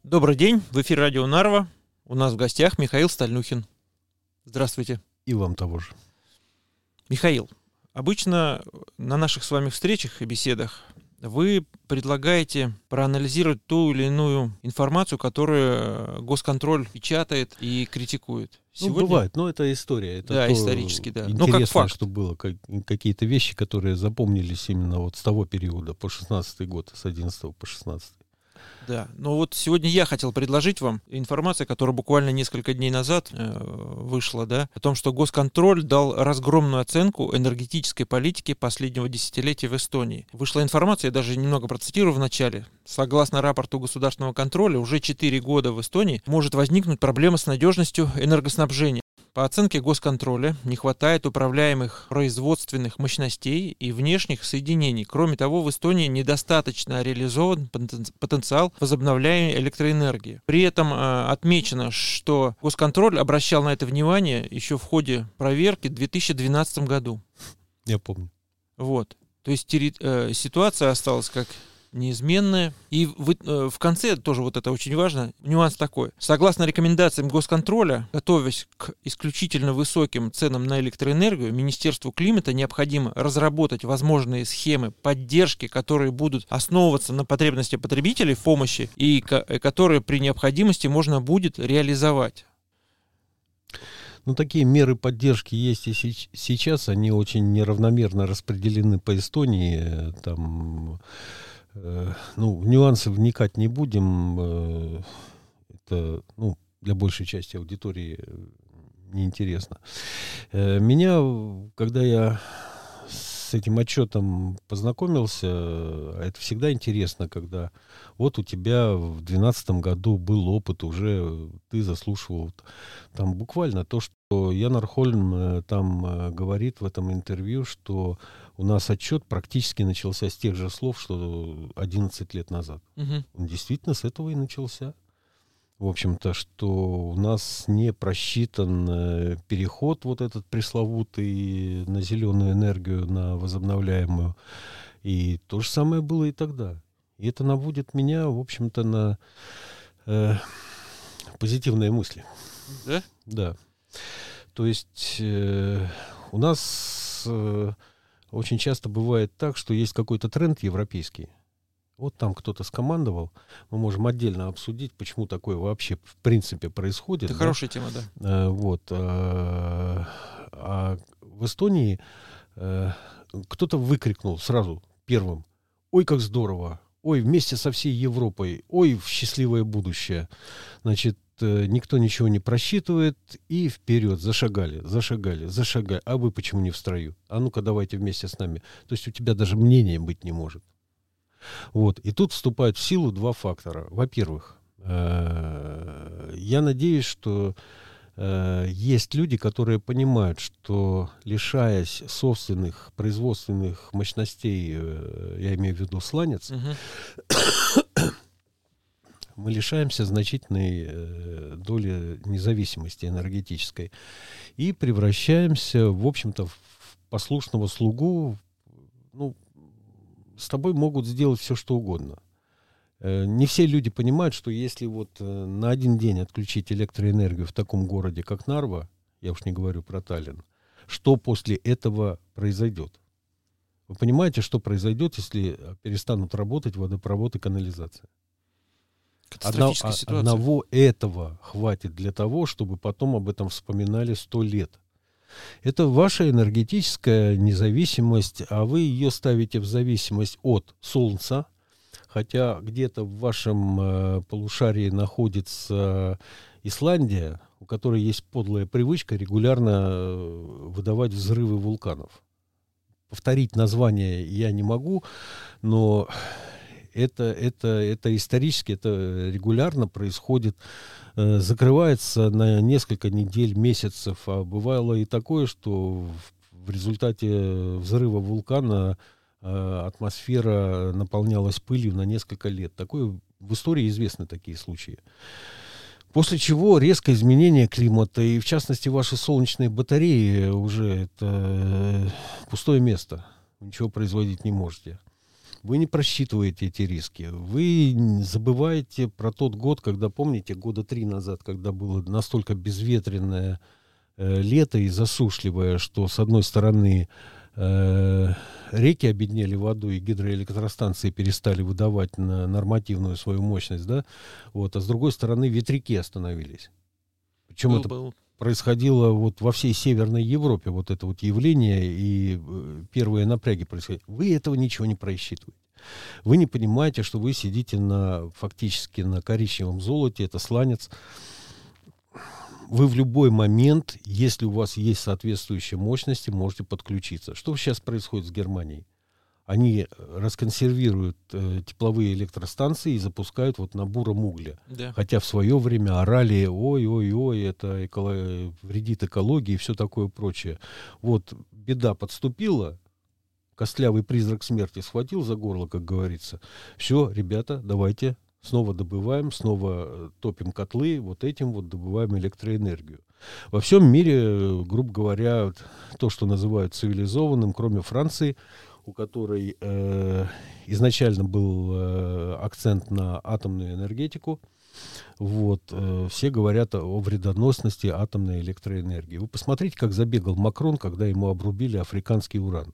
Добрый день, в эфире радио Нарва. У нас в гостях Михаил Стальнухин. Здравствуйте. И вам того же. Михаил, обычно на наших с вами встречах и беседах вы предлагаете проанализировать ту или иную информацию, которую госконтроль печатает и критикует. Сегодня... бывает, но это история. Это да, исторически, да. Интересно, как факт. Что было, какие-то вещи, которые запомнились именно вот с того периода, по 16-й год, с 11 по 16. Да, но вот сегодня я хотел предложить вам информацию, которая буквально несколько дней назад вышла, да, о том, что госконтроль дал разгромную оценку энергетической политике последнего десятилетия в Эстонии. Вышла информация, я даже немного процитирую в начале. Согласно рапорту государственного контроля, уже 4 года в Эстонии может возникнуть проблема с надежностью энергоснабжения. По оценке госконтроля, не хватает управляемых производственных мощностей и внешних соединений. Кроме того, в Эстонии недостаточно реализован потенциал возобновляемой электроэнергии. При этом отмечено, что госконтроль обращал на это внимание еще в ходе проверки в 2012 году. Я помню. Вот. То есть ситуация осталась как неизменная. И в конце тоже вот это очень важно, нюанс такой. Согласно рекомендациям госконтроля, готовясь к исключительно высоким ценам на электроэнергию, Министерству климата необходимо разработать возможные схемы поддержки, которые будут основываться на потребности потребителей в помощи и которые при необходимости можно будет реализовать. Ну, такие меры поддержки есть и сейчас. Они очень неравномерно распределены по Эстонии. Там... в нюансы вникать не будем. Это, для большей части аудитории неинтересно. Меня, когда я с этим отчетом познакомился, это всегда интересно, когда вот у тебя в 2012 году был опыт, уже ты заслушивал там буквально то, что Янар Хольм там говорит в этом интервью, что у нас отчет практически начался с тех же слов, что 11 лет назад. Угу. Он действительно с этого и начался. В общем-то, что у нас не просчитан переход вот этот пресловутый на зеленую энергию, на возобновляемую. И то же самое было и тогда. И это наводит меня, в общем-то, на позитивные мысли. Да? Да. То есть у нас очень часто бывает так, что есть какой-то тренд европейский. Вот там кто-то скомандовал. Мы можем отдельно обсудить, почему такое вообще в принципе происходит. Это хорошая тема, да. А в Эстонии кто-то выкрикнул сразу первым: «Ой, как здорово! Ой, вместе со всей Европой! Ой, в счастливое будущее!» Значит, никто ничего не просчитывает, и вперед, зашагали. А вы почему не в строю? А ну-ка, давайте вместе с нами. То есть у тебя даже мнения быть не может. Вот. И тут вступают в силу два фактора. Во-первых, я надеюсь, что есть люди, которые понимают, что, лишаясь собственных производственных мощностей, я имею в виду сланец, мы лишаемся значительной доли независимости энергетической и превращаемся, в общем-то, в послушного слугу. С тобой могут сделать все, что угодно. Не все люди понимают, что если вот на один день отключить электроэнергию в таком городе, как Нарва, я уж не говорю про Таллин, что после этого произойдет? Вы понимаете, что произойдет, если перестанут работать водопровод и канализация? Катастрофическая ситуация. Одного этого хватит для того, чтобы потом об этом вспоминали 100 лет. Это ваша энергетическая независимость, а вы ее ставите в зависимость от Солнца, хотя где-то в вашем полушарии находится Исландия, у которой есть подлая привычка регулярно выдавать взрывы вулканов. Повторить название я не могу, но это исторически, это регулярно происходит. Закрывается на несколько недель, месяцев. А бывало и такое, что в результате взрыва вулкана атмосфера наполнялась пылью на несколько лет. Такое в истории известны такие случаи. После чего резкое изменение климата, и в частности ваши солнечные батареи уже это пустое место. Ничего производить не можете. Вы не просчитываете эти риски. Вы забываете про тот год, когда, помните, года 3 назад, когда было настолько безветренное лето и засушливое, что, с одной стороны, реки обеднели водой, и гидроэлектростанции перестали выдавать на нормативную свою мощность, да, вот, а с другой стороны, ветряки остановились. Причем это происходило вот во всей Северной Европе, вот это вот явление, и первые напряги происходили. Вы этого ничего не просчитываете. Вы не понимаете, что вы сидите фактически на коричневом золоте, это сланец. Вы в любой момент, если у вас есть соответствующие мощности, можете подключиться. Что сейчас происходит с Германией? Они расконсервируют тепловые электростанции и запускают вот на буром угле. Да. Хотя в свое время орали, ой, это вредит экологии и все такое прочее. Вот беда подступила, костлявый призрак смерти схватил за горло, как говорится. Все, ребята, давайте снова добываем, снова топим котлы, вот этим вот добываем электроэнергию. Во всем мире, грубо говоря, то, что называют цивилизованным, кроме Франции, у которой изначально был акцент на атомную энергетику, вот, все говорят о вредоносности атомной электроэнергии. Вы посмотрите, как забегал Макрон, когда ему обрубили африканский уран.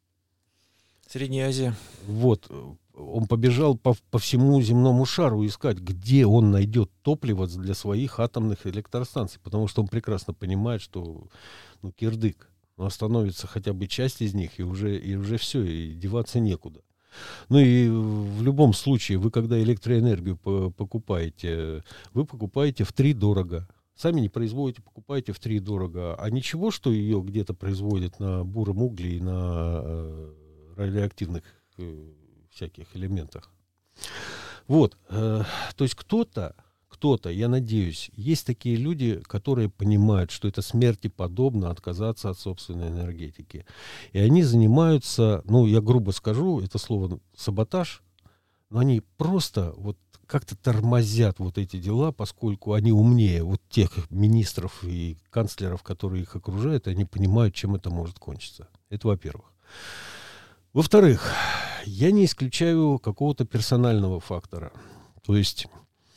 Средняя Азия. Вот, он побежал по всему земному шару искать, где он найдет топливо для своих атомных электростанций, потому что он прекрасно понимает, что кирдык. Остановится хотя бы часть из них, и уже все, и деваться некуда. Ну и в любом случае, вы когда электроэнергию покупаете, вы покупаете втридорого. Сами не производите, покупаете втридорого. А ничего, что ее где-то производят на буром угле и на радиоактивных всяких элементах. Вот. То есть кто-то, я надеюсь, есть такие люди, которые понимают, что это смерти подобно отказаться от собственной энергетики. И они занимаются, я грубо скажу, это слово саботаж, но они просто вот как-то тормозят вот эти дела, поскольку они умнее вот тех министров и канцлеров, которые их окружают, и они понимают, чем это может кончиться. Это во-первых. Во-вторых, я не исключаю какого-то персонального фактора. То есть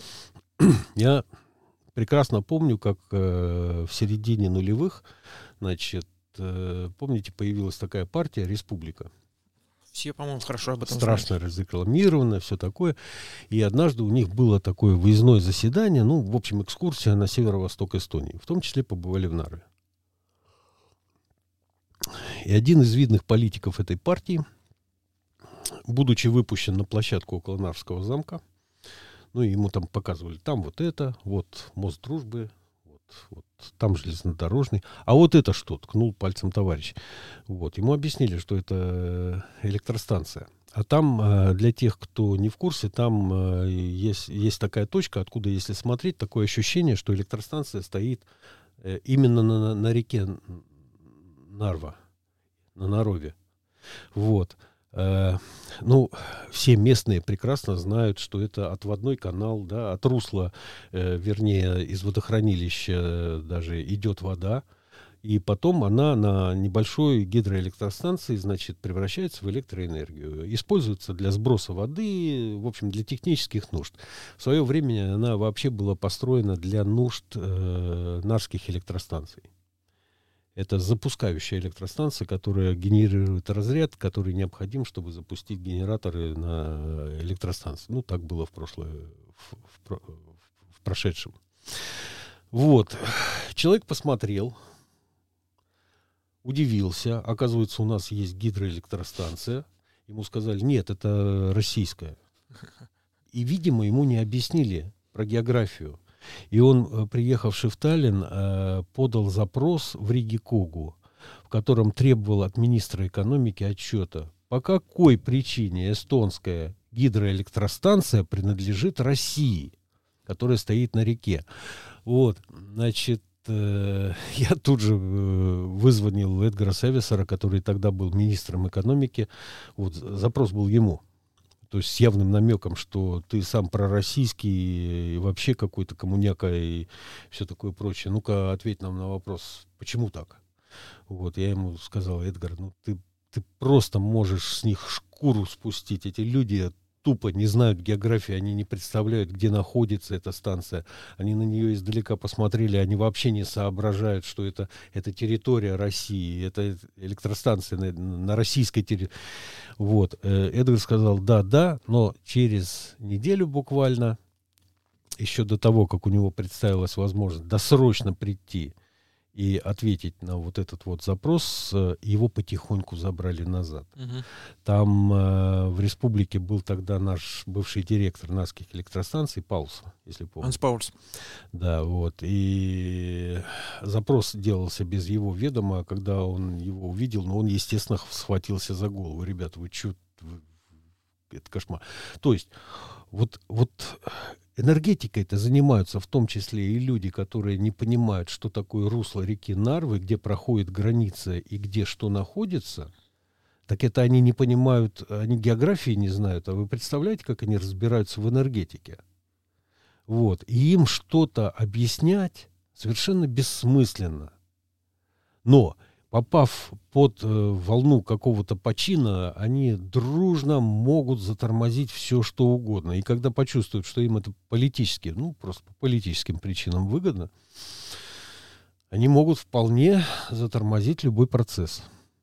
я прекрасно помню, как в середине нулевых, помните, появилась такая партия «Республика». Все, по-моему, хорошо об этом страшно знают. разрекламировано, все такое. И однажды у них было такое выездное заседание, в общем, экскурсия на северо-восток Эстонии. В том числе побывали в Нарве. И один из видных политиков этой партии, будучи выпущен на площадку около Нарвского замка, ему там показывали, там вот это, вот мост дружбы, вот там железнодорожный. А вот это что? Ткнул пальцем товарищ. Вот. Ему объяснили, что это электростанция. А там, для тех, кто не в курсе, там есть такая точка, откуда, если смотреть, такое ощущение, что электростанция стоит именно на реке Нарва, на Нарове. Вот. Все местные прекрасно знают, что это отводной канал, да, от русла, вернее, из водохранилища даже идет вода, и потом она на небольшой гидроэлектростанции, превращается в электроэнергию. Используется для сброса воды, в общем, для технических нужд. В свое время она вообще была построена для нужд нарвских электростанций. Это запускающая электростанция, которая генерирует разряд, который необходим, чтобы запустить генераторы на электростанции. Так было в прошедшем. Вот. Человек посмотрел, удивился. Оказывается, у нас есть гидроэлектростанция. Ему сказали, нет, это российская. И, видимо, ему не объяснили про географию. И он, приехавший в Таллин, подал запрос в Риге-Когу, в котором требовал от министра экономики отчета, по какой причине эстонская гидроэлектростанция принадлежит России, которая стоит на реке. Вот, я тут же вызвонил Эдгара Севисара, который тогда был министром экономики. Вот, запрос был ему. То есть с явным намеком, что ты сам пророссийский, и вообще какой-то коммуняка и все такое прочее. Ну-ка, ответь нам на вопрос, почему так? Вот, я ему сказал, Эдгар, ты просто можешь с них шкуру спустить. Эти люди тупо не знают географии, они не представляют, где находится эта станция. Они на нее издалека посмотрели, они вообще не соображают, что это территория России, это электростанция на российской территории. Вот. Эдвард сказал, да, но через неделю буквально, еще до того, как у него представилась возможность досрочно прийти и ответить на вот этот вот запрос, его потихоньку забрали назад. Мгм. Там в республике был тогда наш бывший директор Нарских электростанций Паулс, если помните. Анс Паулс. Да, вот. И запрос делался без его ведома, когда он его увидел, но он, естественно, схватился за голову. Ребята, вы что? Это кошмар. То есть, вот энергетикой-то занимаются в том числе и люди, которые не понимают, что такое русло реки Нарвы, где проходит граница и где что находится. Так это они не понимают, они географии не знают, а вы представляете, как они разбираются в энергетике? Вот. И им что-то объяснять совершенно бессмысленно. Но, попав под волну какого-то почина, они дружно могут затормозить все, что угодно. И когда почувствуют, что им это политически, просто по политическим причинам выгодно, они могут вполне затормозить любой процесс.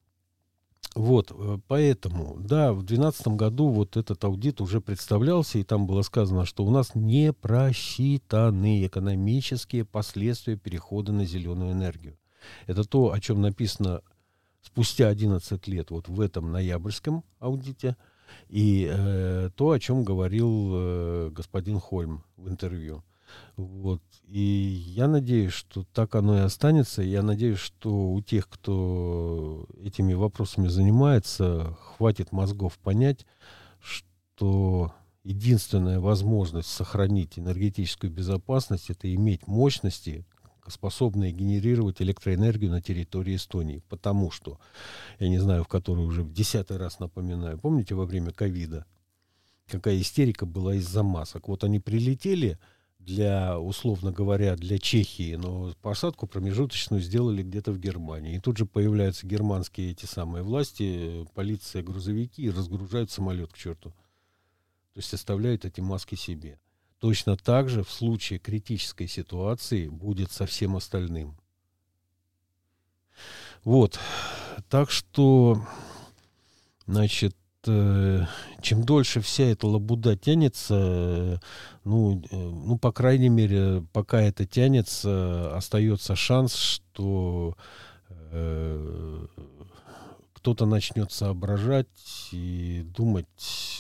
Вот, поэтому, да, в 2012 году вот этот аудит уже представлялся, и там было сказано, что у нас не просчитаны экономические последствия перехода на зеленую энергию. Это то, о чем написано спустя 11 лет вот в этом ноябрьском аудите, и то, о чем говорил господин Хольм в интервью. Вот. И я надеюсь, что так оно и останется. Я надеюсь, что у тех, кто этими вопросами занимается, хватит мозгов понять, что единственная возможность сохранить энергетическую безопасность — это иметь мощности, способные генерировать электроэнергию на территории Эстонии. Потому что, я не знаю, в который уже в 10-й раз напоминаю, помните, во время ковида какая истерика была из-за масок? Вот они прилетели условно говоря, для Чехии, но посадку промежуточную сделали где-то в Германии. И тут же появляются германские эти самые власти, полиция, грузовики, и разгружают самолет к черту. То есть оставляют эти маски себе. Точно так же в случае критической ситуации будет со всем остальным. Вот. Так что, значит, чем дольше вся эта лабуда тянется, по крайней мере, пока это тянется, остается шанс, что кто-то начнет соображать и думать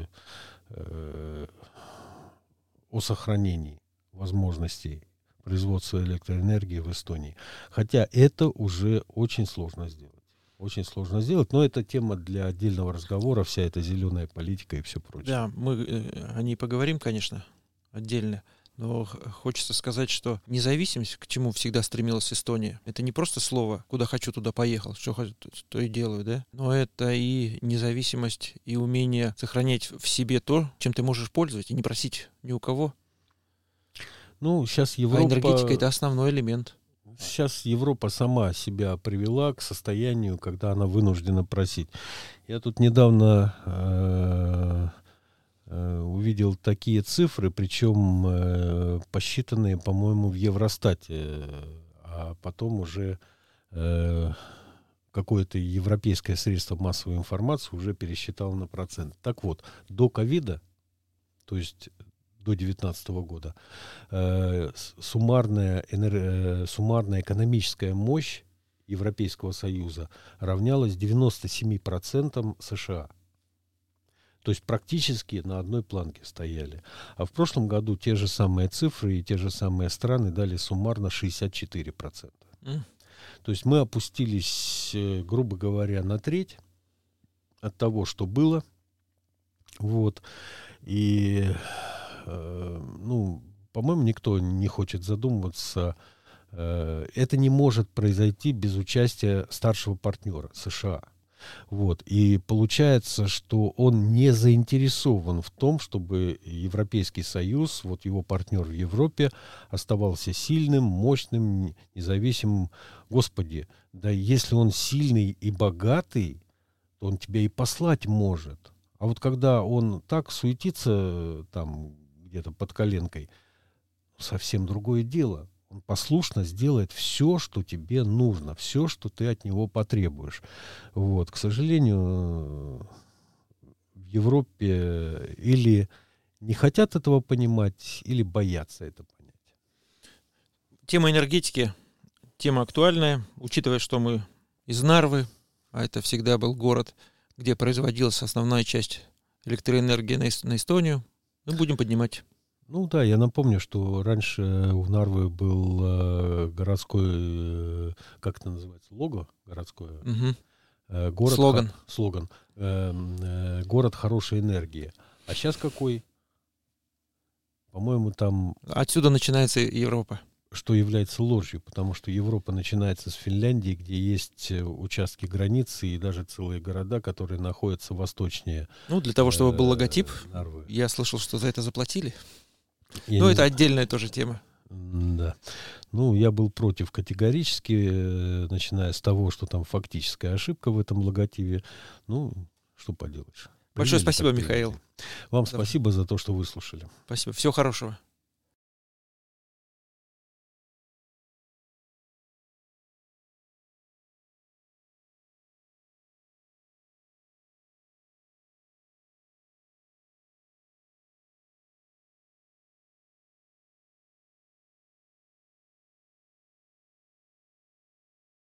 о сохранении возможностей производства электроэнергии в Эстонии. Хотя это уже очень сложно сделать. Очень сложно сделать, но это тема для отдельного разговора, вся эта зеленая политика и все прочее. Да, мы о ней поговорим, конечно, отдельно. Но хочется сказать, что независимость, к чему всегда стремилась Эстония, это не просто слово «куда хочу, туда поехал», что хочу, то и делаю, да? Но это и независимость, и умение сохранять в себе то, чем ты можешь пользоваться, и не просить ни у кого. Сейчас Европа... А энергетика — это основной элемент. Сейчас Европа сама себя привела к состоянию, когда она вынуждена просить. Я тут недавно увидел такие цифры, причем посчитанные, по-моему, в Евростате, а потом уже какое-то европейское средство массовой информации уже пересчитало на процент. Так вот, до ковида, то есть до 2019 года, суммарная экономическая мощь Европейского Союза равнялась 97% США. То есть практически на одной планке стояли. А в прошлом году те же самые цифры и те же самые страны дали суммарно 64%. То есть мы опустились, грубо говоря, на треть от того, что было. Вот. И по-моему, никто не хочет задумываться. Это не может произойти без участия старшего партнера США. Вот. И получается, что он не заинтересован в том, чтобы Европейский Союз, вот его партнер в Европе, оставался сильным, мощным, независимым. Господи, да если он сильный и богатый, то он тебя и послать может. А вот когда он так суетится там где-то под коленкой, совсем другое дело. Он послушно сделает все, что тебе нужно, все, что ты от него потребуешь. Вот. К сожалению, в Европе или не хотят этого понимать, или боятся это понять. Тема энергетики, тема актуальная, учитывая, что мы из Нарвы, а это всегда был город, где производилась основная часть электроэнергии на Эстонию, мы будем поднимать. Ну да, я напомню, что раньше у Нарвы был городской, как это называется, лого городское? Город Слоган. Слоган. Город хорошей энергии. А сейчас какой? По-моему, там... Отсюда начинается Европа. Что является ложью, потому что Европа начинается с Финляндии, где есть участки границы и даже целые города, которые находятся восточнее. Ну, для того, чтобы был логотип, Нарвы. я слышал, что за это заплатили. Я Но не это знаю. отдельная тоже тема. Да. Ну, я был против категорически, начиная с того, что там фактическая ошибка в этом логотипе. Ну, что поделаешь. Большое Приняли, спасибо, как Михаил. приняли. Вам спасибо за то, что выслушали. Спасибо. Всего хорошего.